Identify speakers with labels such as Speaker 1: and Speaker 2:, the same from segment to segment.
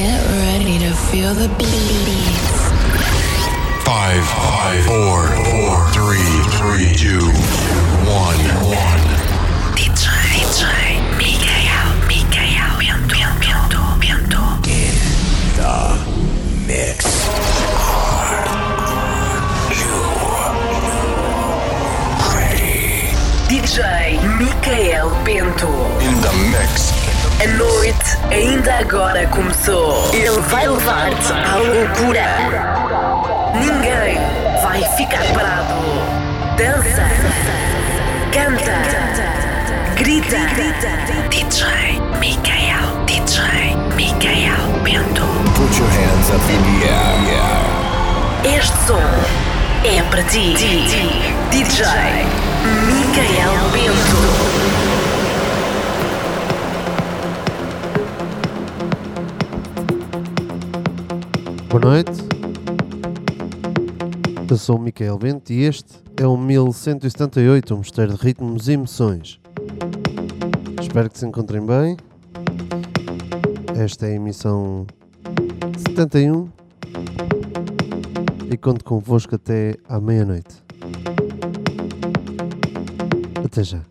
Speaker 1: Get ready to feel the beats.
Speaker 2: 5, 4, 3, 2, 1.
Speaker 1: DJ Mikael Bento.
Speaker 3: In the mix. Are you ready?
Speaker 4: DJ Mikael Bento.
Speaker 2: In the mix.
Speaker 4: A noite ainda agora começou. Ele vai levar-te à loucura. Ninguém vai ficar parado. Dança, canta, grita. DJ Mikael Bento.
Speaker 3: Put your hands up in the air.
Speaker 4: Este som é para ti. DJ Mikael Bento.
Speaker 5: Boa noite, eu sou o Mikael Bento e este é o 1178, um mistério de ritmos e emoções. Espero que se encontrem bem. Esta é a emissão 71 e conto convosco até à meia-noite. Até já.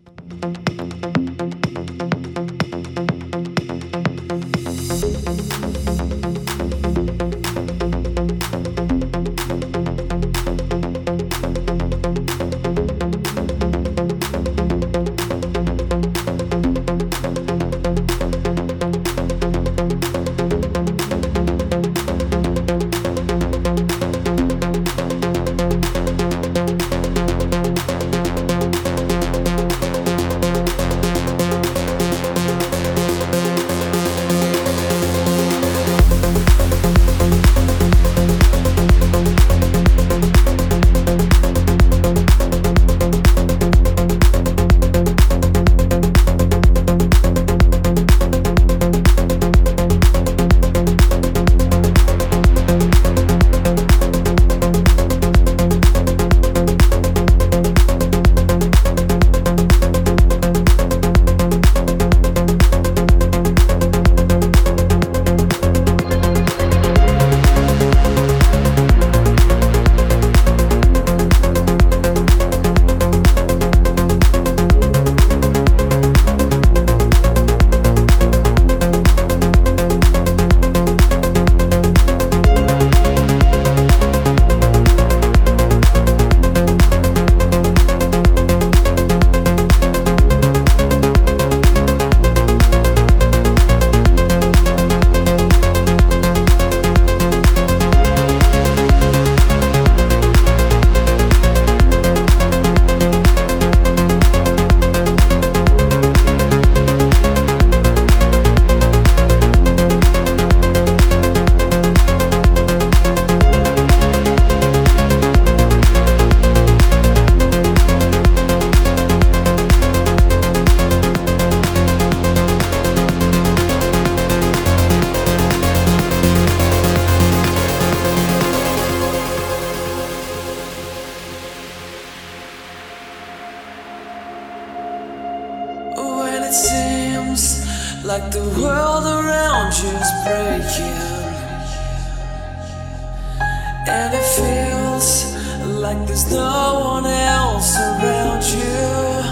Speaker 6: Like the world around you is breaking, and it feels like there's no one else around you,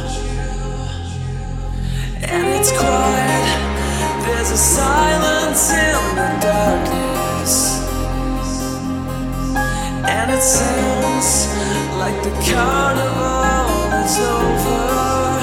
Speaker 6: and it's quiet, there's a silence in the darkness, and it sounds like the carnival is over.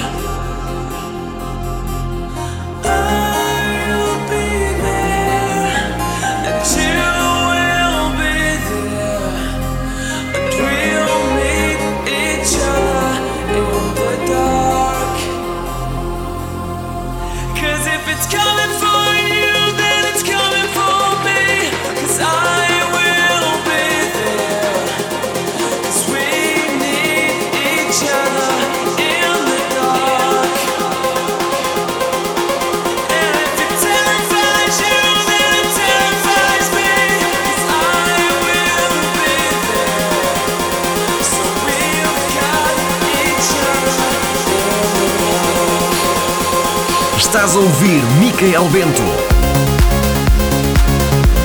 Speaker 6: It's coming for you, then it's coming for me, 'cause I will be there, 'cause we need each other in the dark. And if it terrifies you, then it terrifies me, 'cause I will be there, so we've got each other in the dark.
Speaker 7: Estás a ouvir Mikael Bento.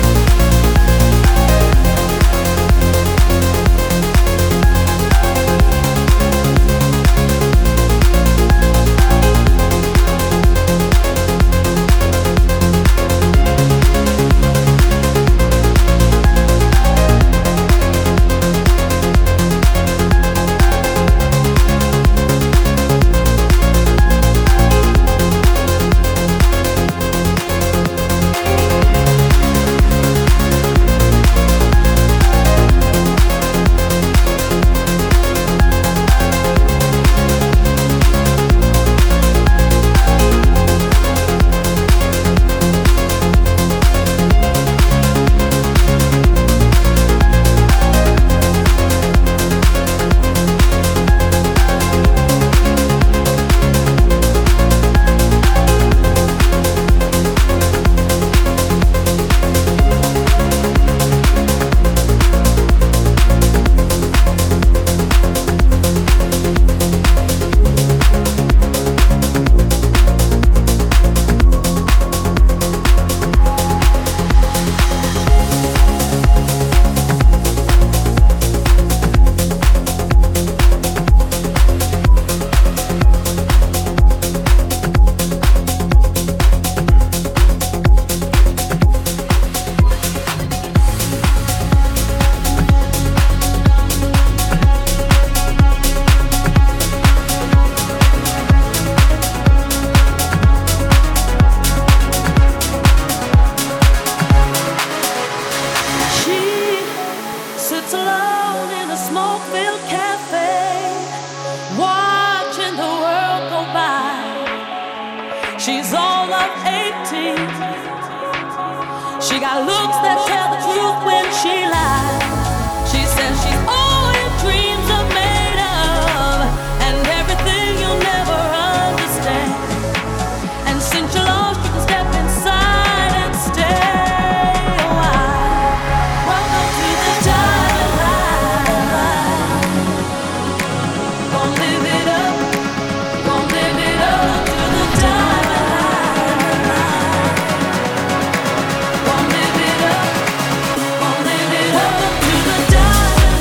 Speaker 7: She's all of 18. She got looks that tell the truth when she lies. She says she's all your dreams are made of, and everything you'll never understand. And since you're lost, you can step inside and stay a while. Welcome to the diamond line. Gonna live it up, gonna live it up to the diamond line. Gonna live it up, gonna live it up to the diamond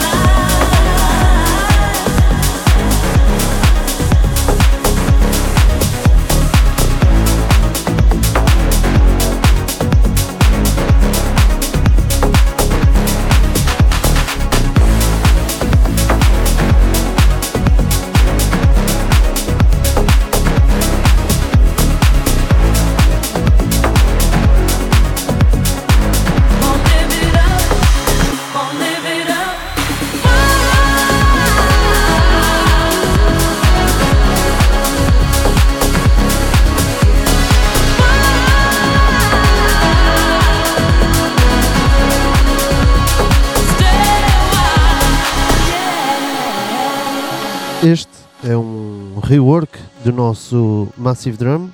Speaker 5: Este é um rework do nosso Massive Drum,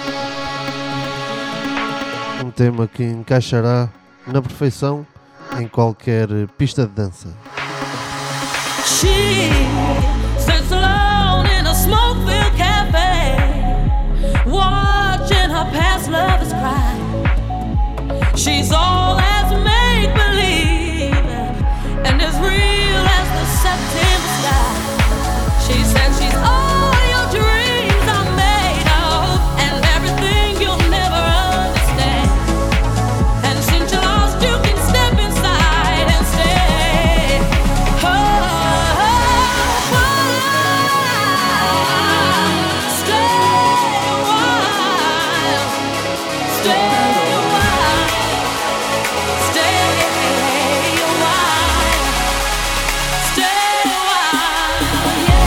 Speaker 5: um tema que encaixará na perfeição em qualquer pista de dança.
Speaker 7: She sits alone in a smoke-filled cafe, watching her past lovers cry. She's all as make-believe and as real as the September sky. She says she's all your dreams are made of, and everything you'll never understand. And since you're lost, you can step inside and stay. Oh, stay a while, stay a while, stay a while, stay a while, yeah.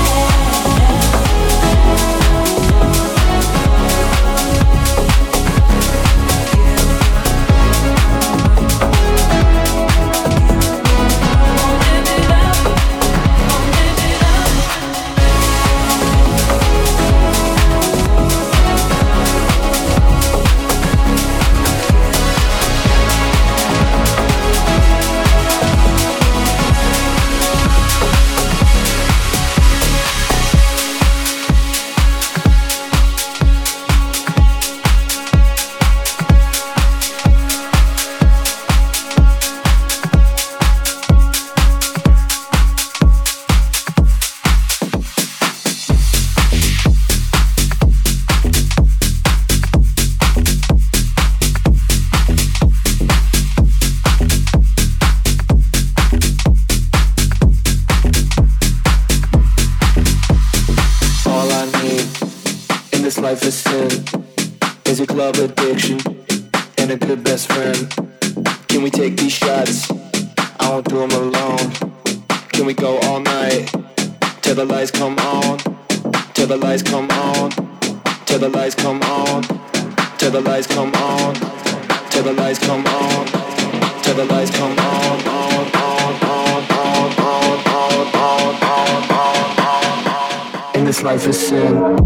Speaker 8: All I need in this life is sin, is a glove addiction and a good best friend. Can we take these shots? I won't do them alone. Can we go all night till the lights come on? Till the lights come on? Till the lights come on? Till the lights come on? Till the lights come on? Till the lights come on? In this life is sin.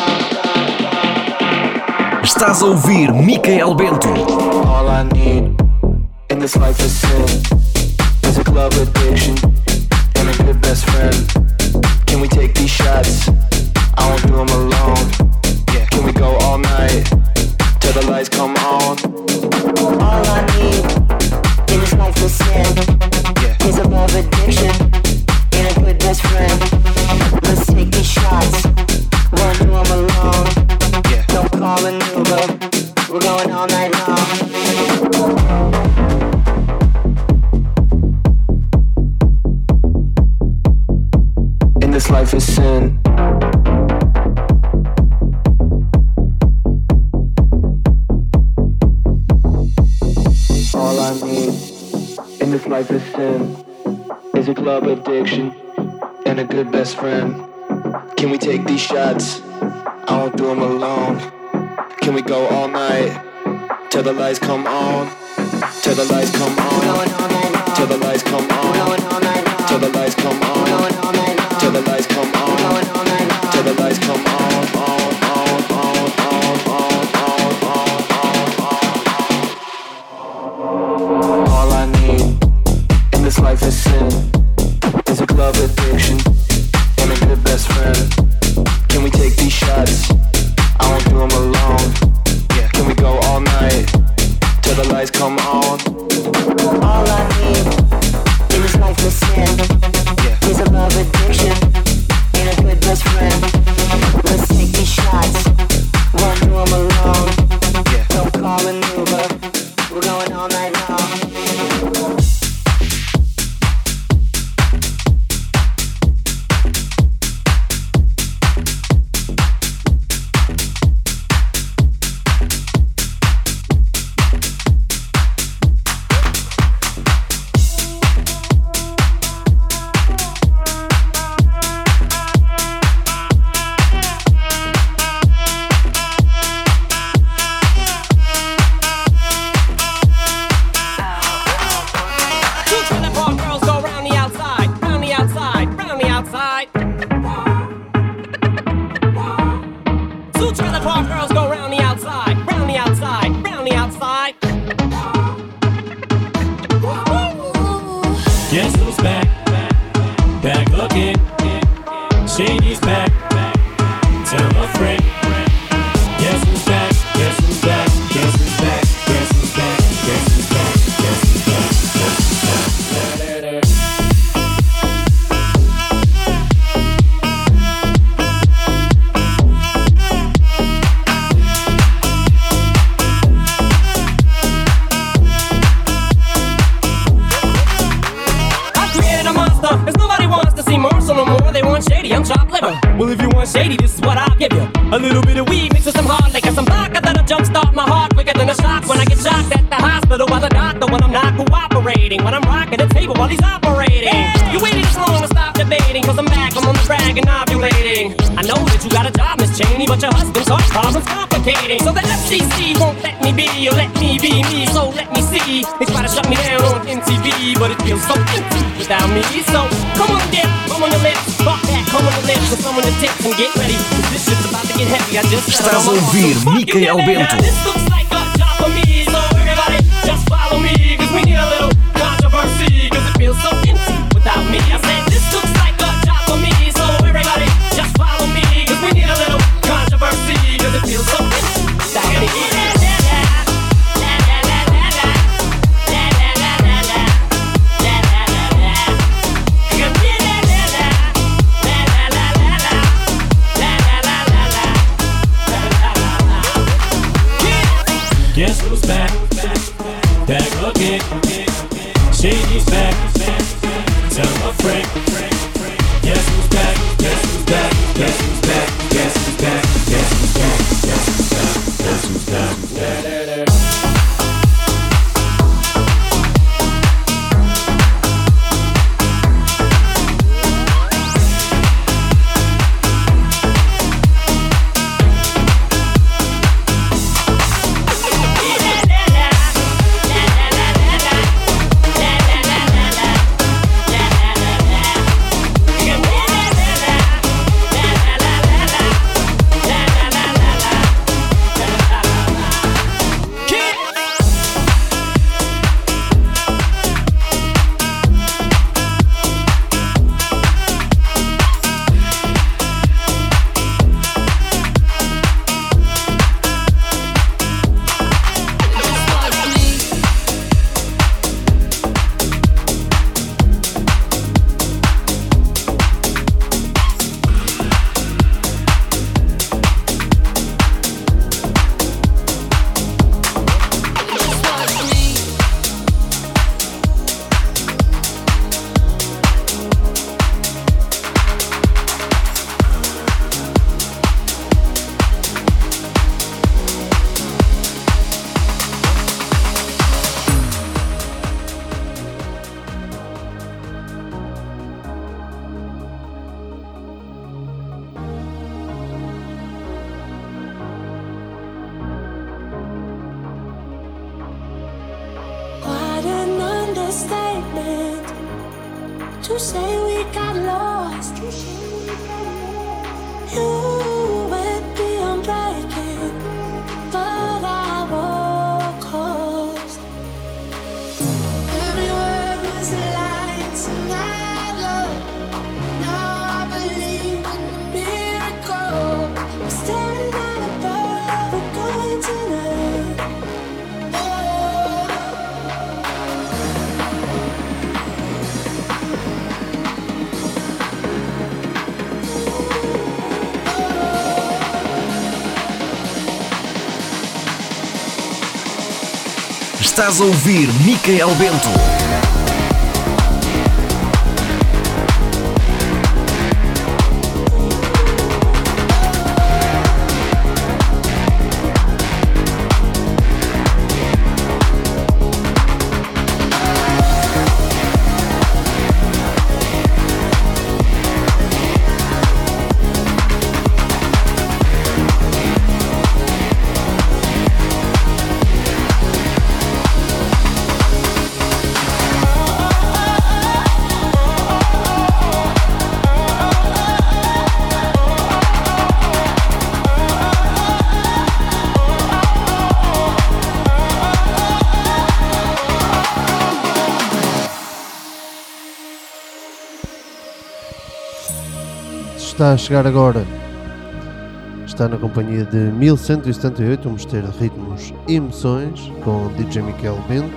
Speaker 3: Estás a ouvir Micael Bento.
Speaker 8: All I need this life of sin. There's a glove addiction and a good best friend. Can we take these shots? I won't do them alone. Yeah. Can we go all night till the lights come on?
Speaker 9: All I need in this life of sin is a love addiction and a good best friend. Let's take these shots. Won't do them alone. Don't call an Uber. We're going all night long.
Speaker 8: This life is sin. All I need in this life is sin is a club addiction and a good best friend. Can we take these shots? I won't do them alone. Can we go all night till the lights come on? Till the lights come on. Till the lights come on. Till the lights come on. Till the lights come on, till the lights come on, All I need in this life is sin, is a glove addiction and a good best friend. Can we take these shots? I won't do them alone. Can we go all night till the lights come on?
Speaker 9: All I need in this life is sin. Is a love addiction and a good best friend. Let's take these shots. Won't do them alone. Don't call an Uber. We're going all night long.
Speaker 10: Well, if you want shady, this is what I'll give you. A little bit of weed mixed with some hard liquor, some vodka that'll jumpstart my heart quicker than a shock when I get shocked at the hospital by the doctor when I'm not cooperating, when I'm rocking the table while he's operating. You waited this long to stop debating, cause I'm back, I'm on the track and ovulating. I know that you got a job, Miss Cheney, but your husband's heart problem's complicating. So the FCC won't let me be, or let me be me, so let me see. They try to shut me down on MTV, but it feels so empty without me. So come on, dip, come on your lips, fuck that, come on the lips, and some on the tips and get ready. This shit's about to get heavy, I just
Speaker 3: Estás a ouvir Micael Bento.
Speaker 10: This looks like a job for me, so everybody just follow me, cause we need a little controversy, cause it feels so empty without me. I said this looks like a job for me, so everybody just follow me, cause we need a little controversy, cause it feels so empty without me.
Speaker 11: Guess who's back? Back again. Shady's back. Tell my friend. Guess who's back? Guess who's back? Guess who's back? Guess who's back? Guess who's back? Guess who's back? Guess who's back? Guess who's back?
Speaker 7: statement to say we got lost. You went beyond breaking, but I won't cost. Every word was a lie tonight, love. Now I believe in the miracle. I'm standing at a bar, we're going tonight.
Speaker 3: Estás a ouvir Micael Bento.
Speaker 5: Está a chegar agora. Está na companhia de 1178, um mistério de ritmos e emoções, com DJ Micael Bento.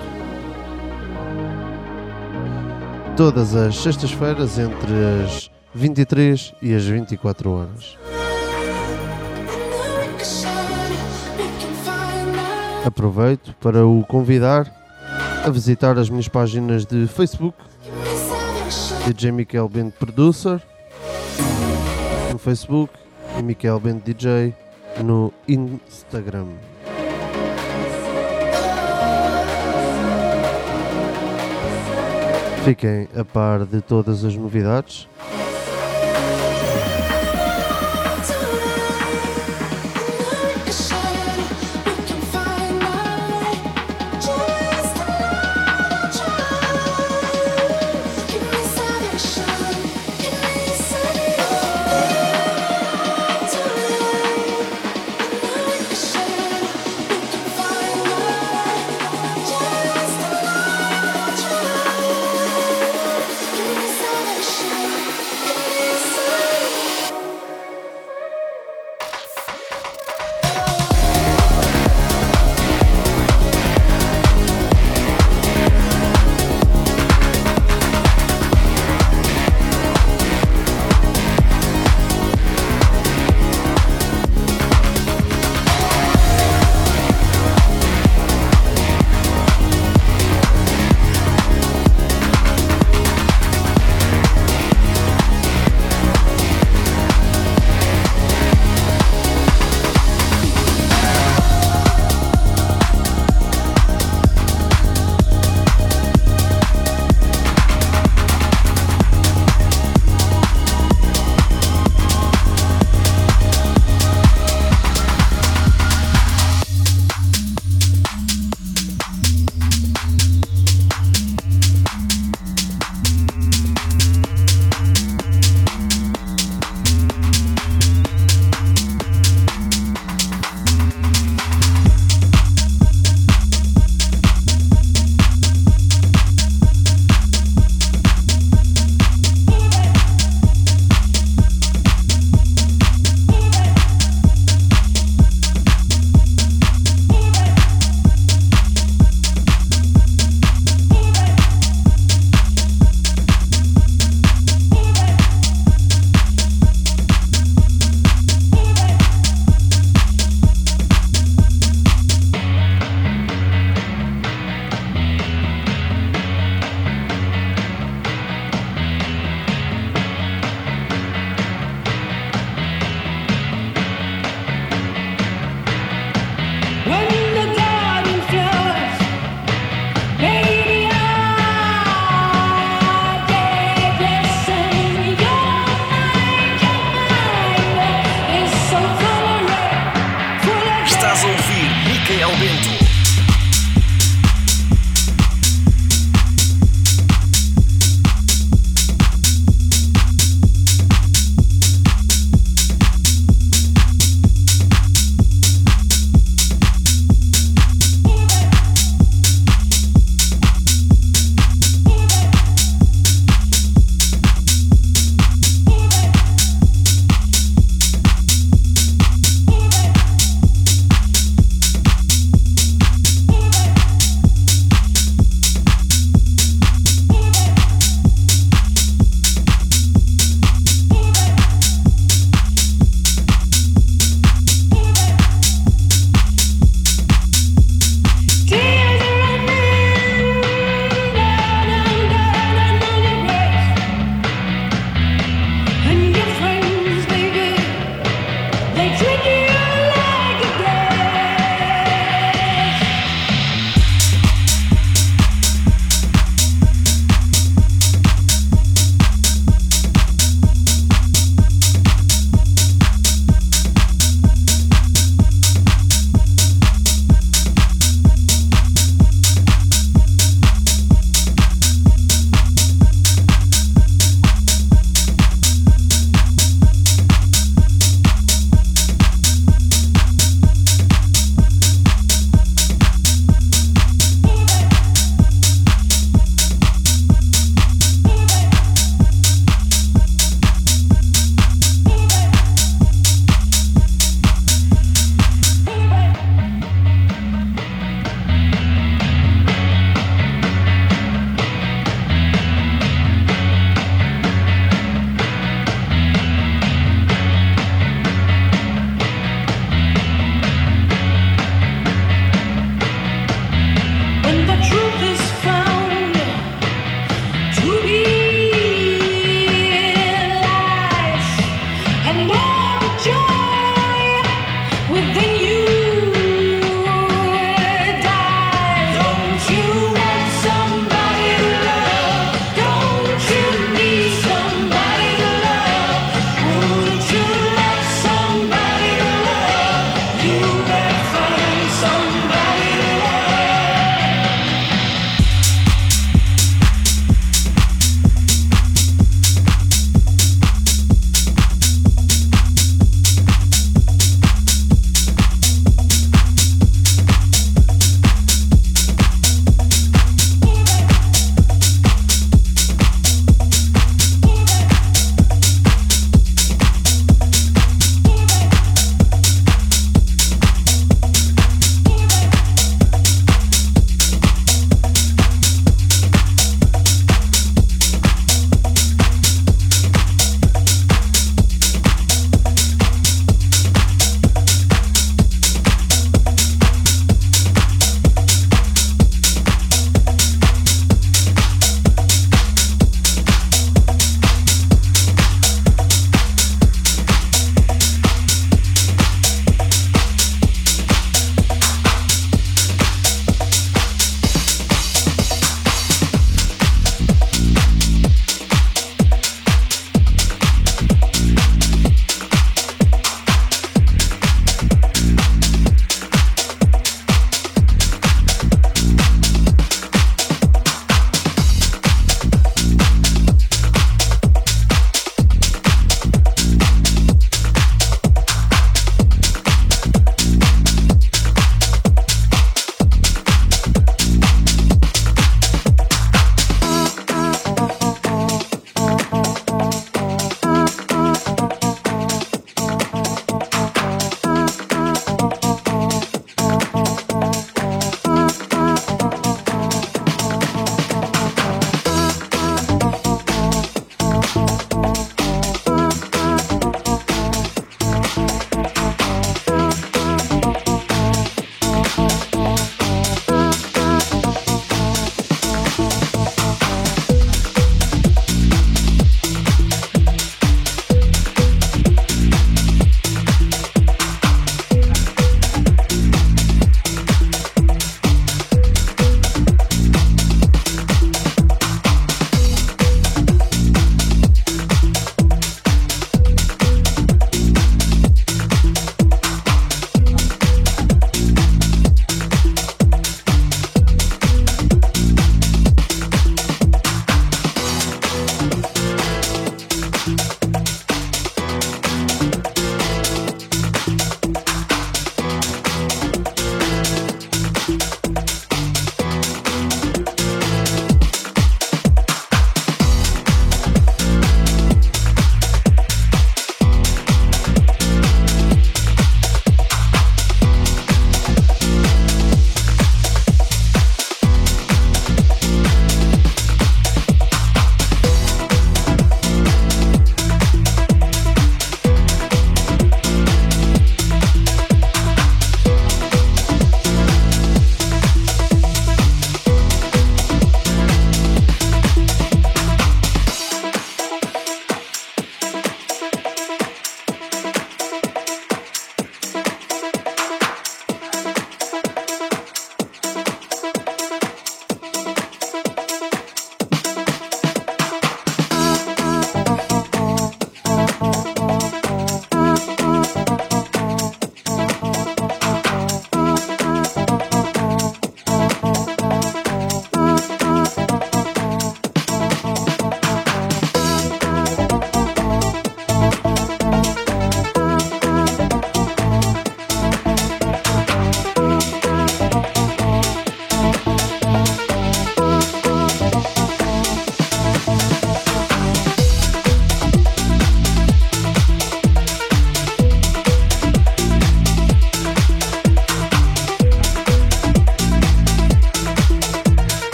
Speaker 5: Todas as sextas-feiras, entre as 23 e as 24 horas. Aproveito para o convidar a visitar as minhas páginas de Facebook, DJ Micael Bento Producer no Facebook e Micael Bento DJ no Instagram. Fiquem a par de todas as novidades.
Speaker 7: Give me salvation.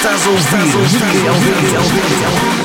Speaker 3: Estás a ouvir Mikael Bento.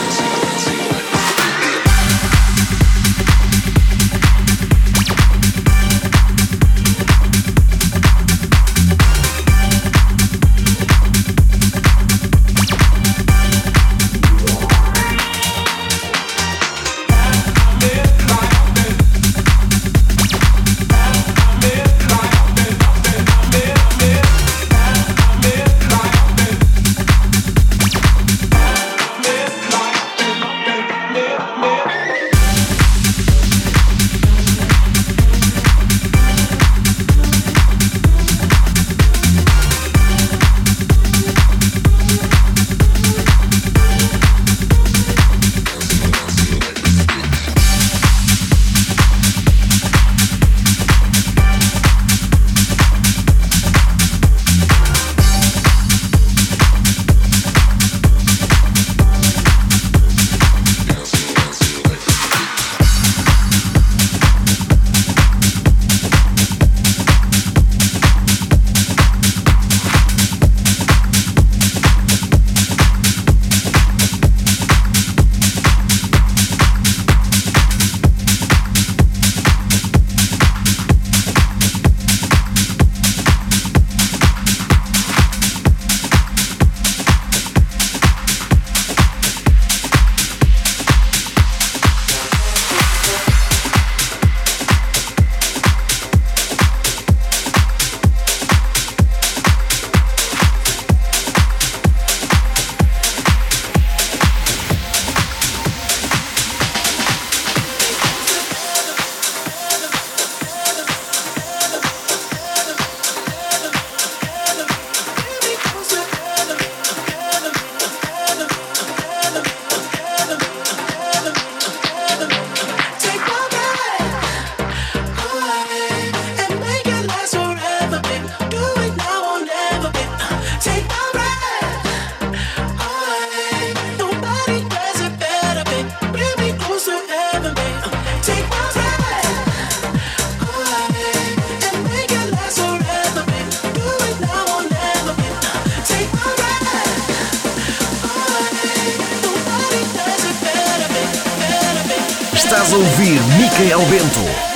Speaker 3: Estás a ouvir Mikael Bento.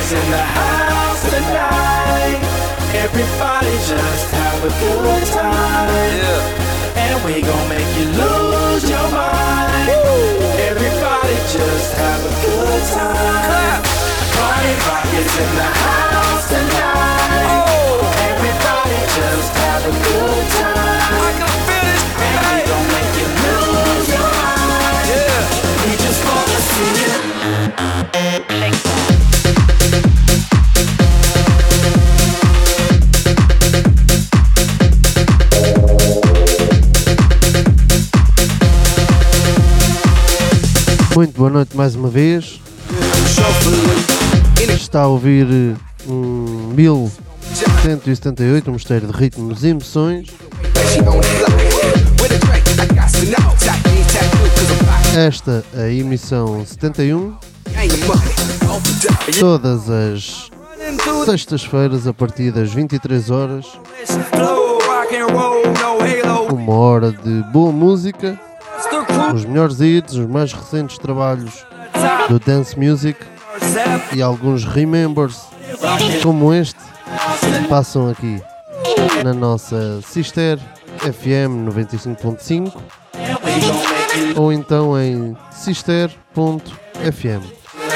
Speaker 6: is in the house tonight. Everybody just have a good time. And we gon' make you lose your mind. Everybody just have a good time. Party rock is in the house tonight. Everybody just have a good time. And we gon' make you lose your mind. We just wanna see you.
Speaker 5: Muito boa noite mais uma vez. Está a ouvir 1178, um mistério de ritmos e emoções. Esta é a emissão 71. Todas as sextas-feiras a partir das 23 horas. Uma hora de boa música. Os melhores hits, os mais recentes trabalhos do Dance Music e alguns remembers como este passam aqui na nossa Sister FM 95.5 ou então em sister.fm.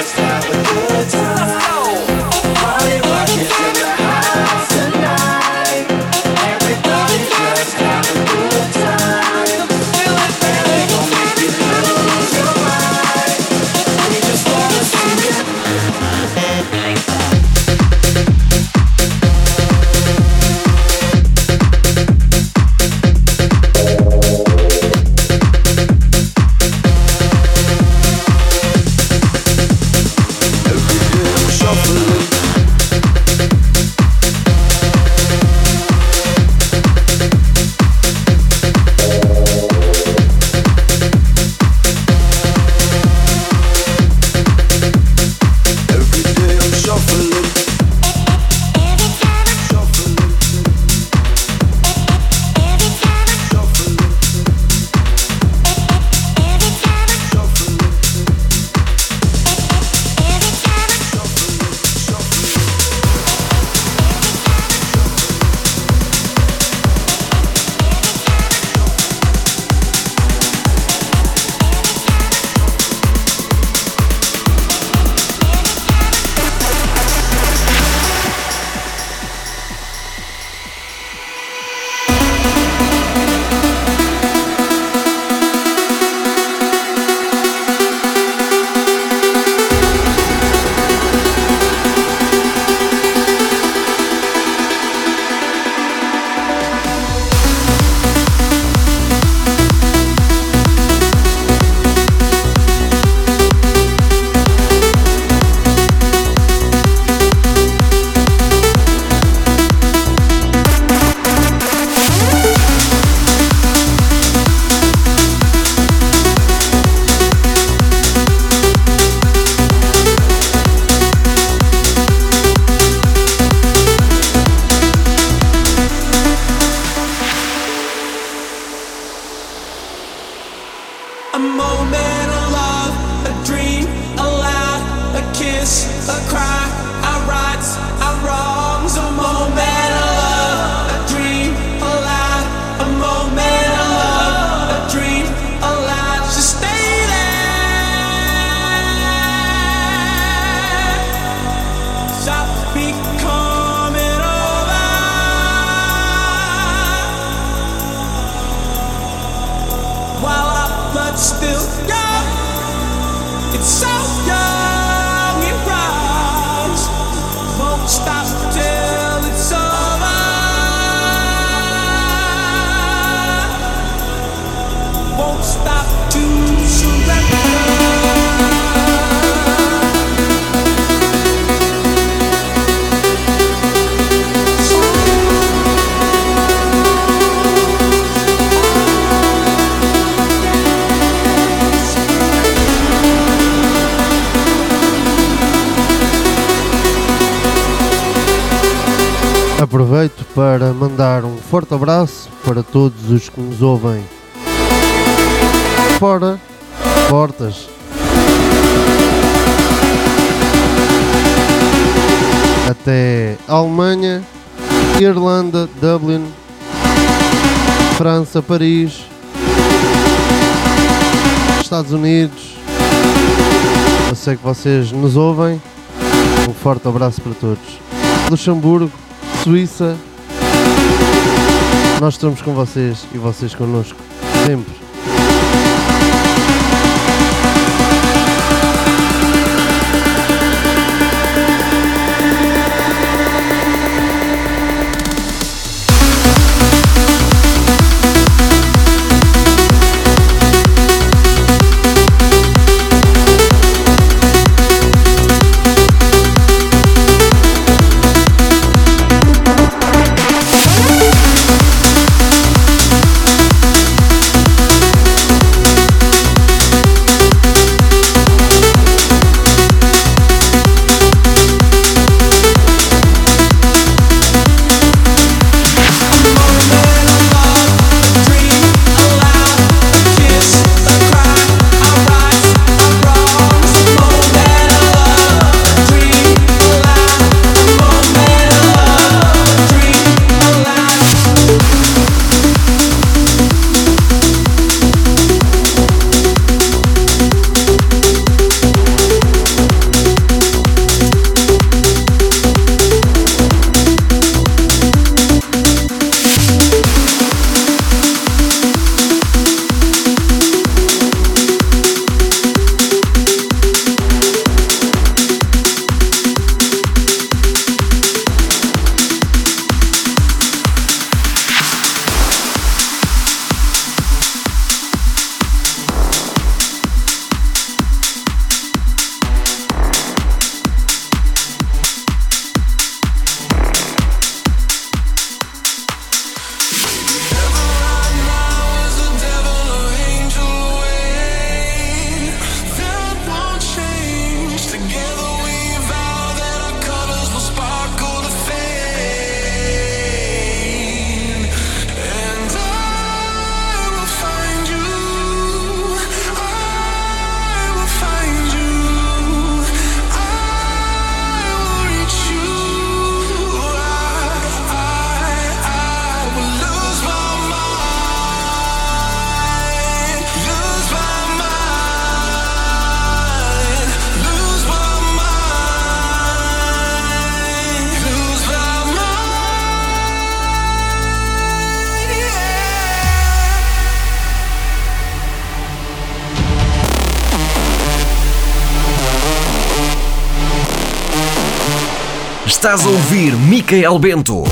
Speaker 5: Aproveito para mandar um forte abraço para todos os que nos ouvem fora portas. até Alemanha, Irlanda, Dublin, França, Paris, Estados Unidos. Eu sei que vocês nos ouvem. Um forte abraço para todos. Luxemburgo, Suíça. Nós estamos com vocês e vocês connosco. Sempre.
Speaker 3: Estás a ouvir Micael Bento.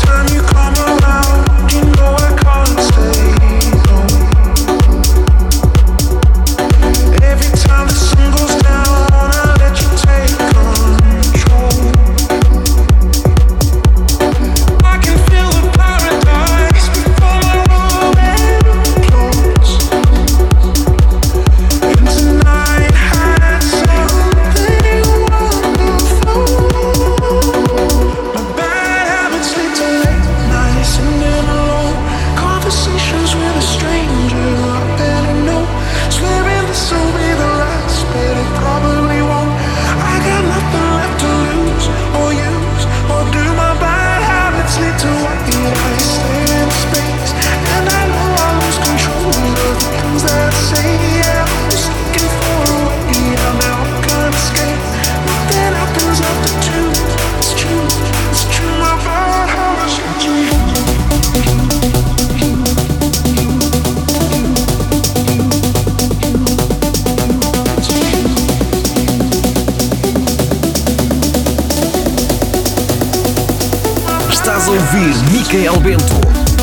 Speaker 3: Estás a ouvir Micael Bento.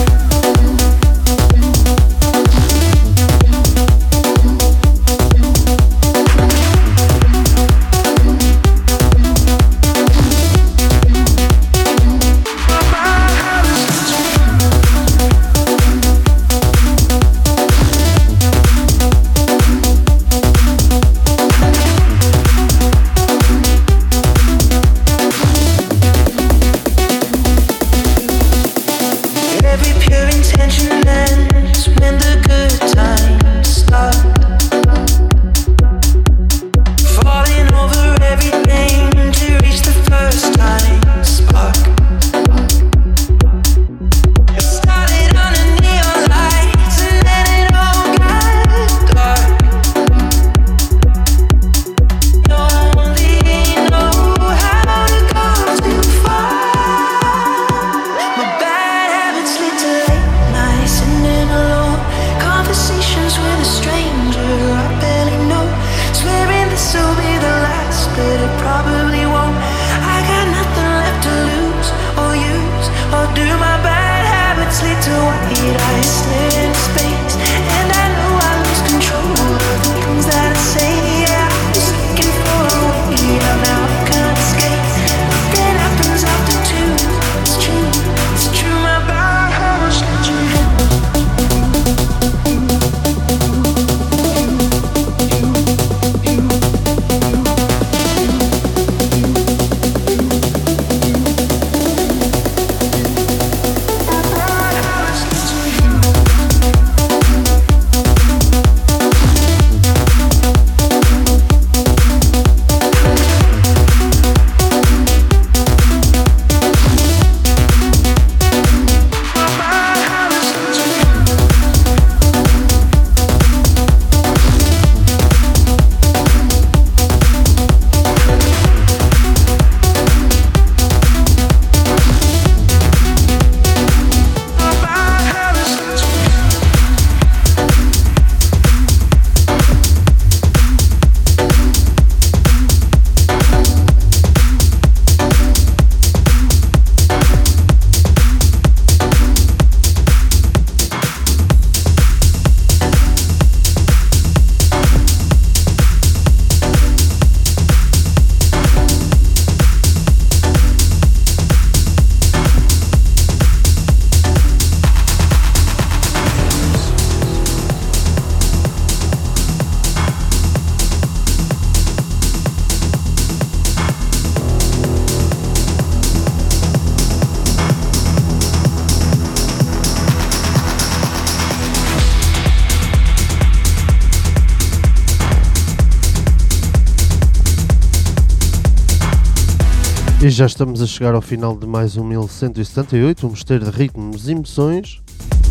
Speaker 5: E já estamos a chegar ao final de mais um 1178, um mistério de ritmos e emoções.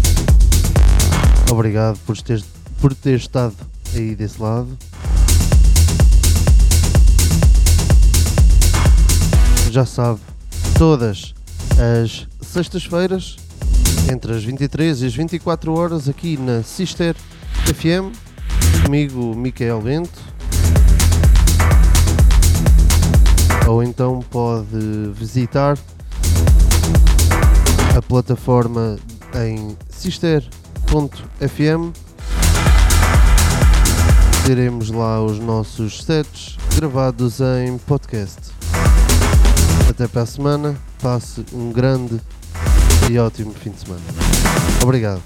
Speaker 5: Obrigado por ter estado aí desse lado. Já sabe, todas as sextas-feiras, entre as 23 e as 24 horas, aqui na Sister FM, comigo, Micael Bento. Ou então pode visitar plataforma em sister.fm. Teremos lá os nossos sets gravados em podcast. Até para a semana, passe um grande e ótimo fim de semana. Obrigado.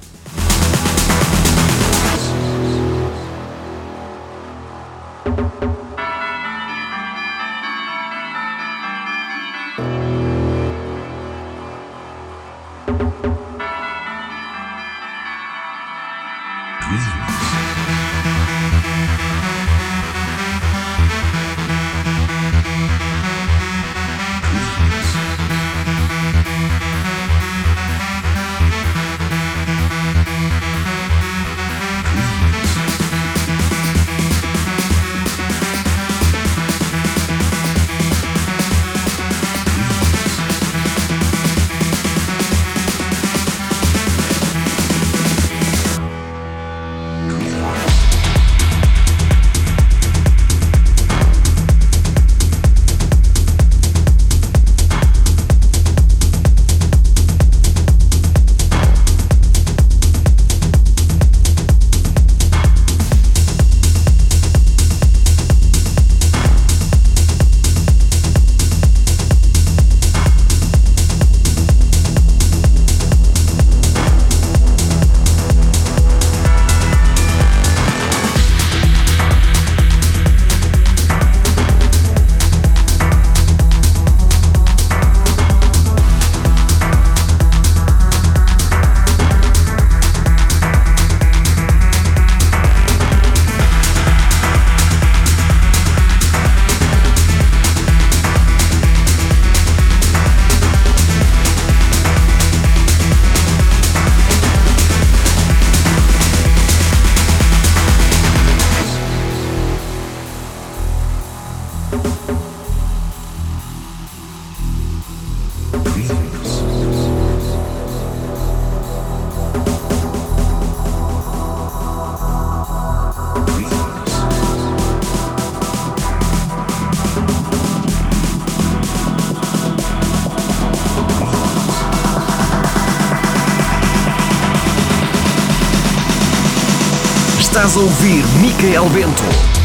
Speaker 3: Estás a ouvir Micael Bento.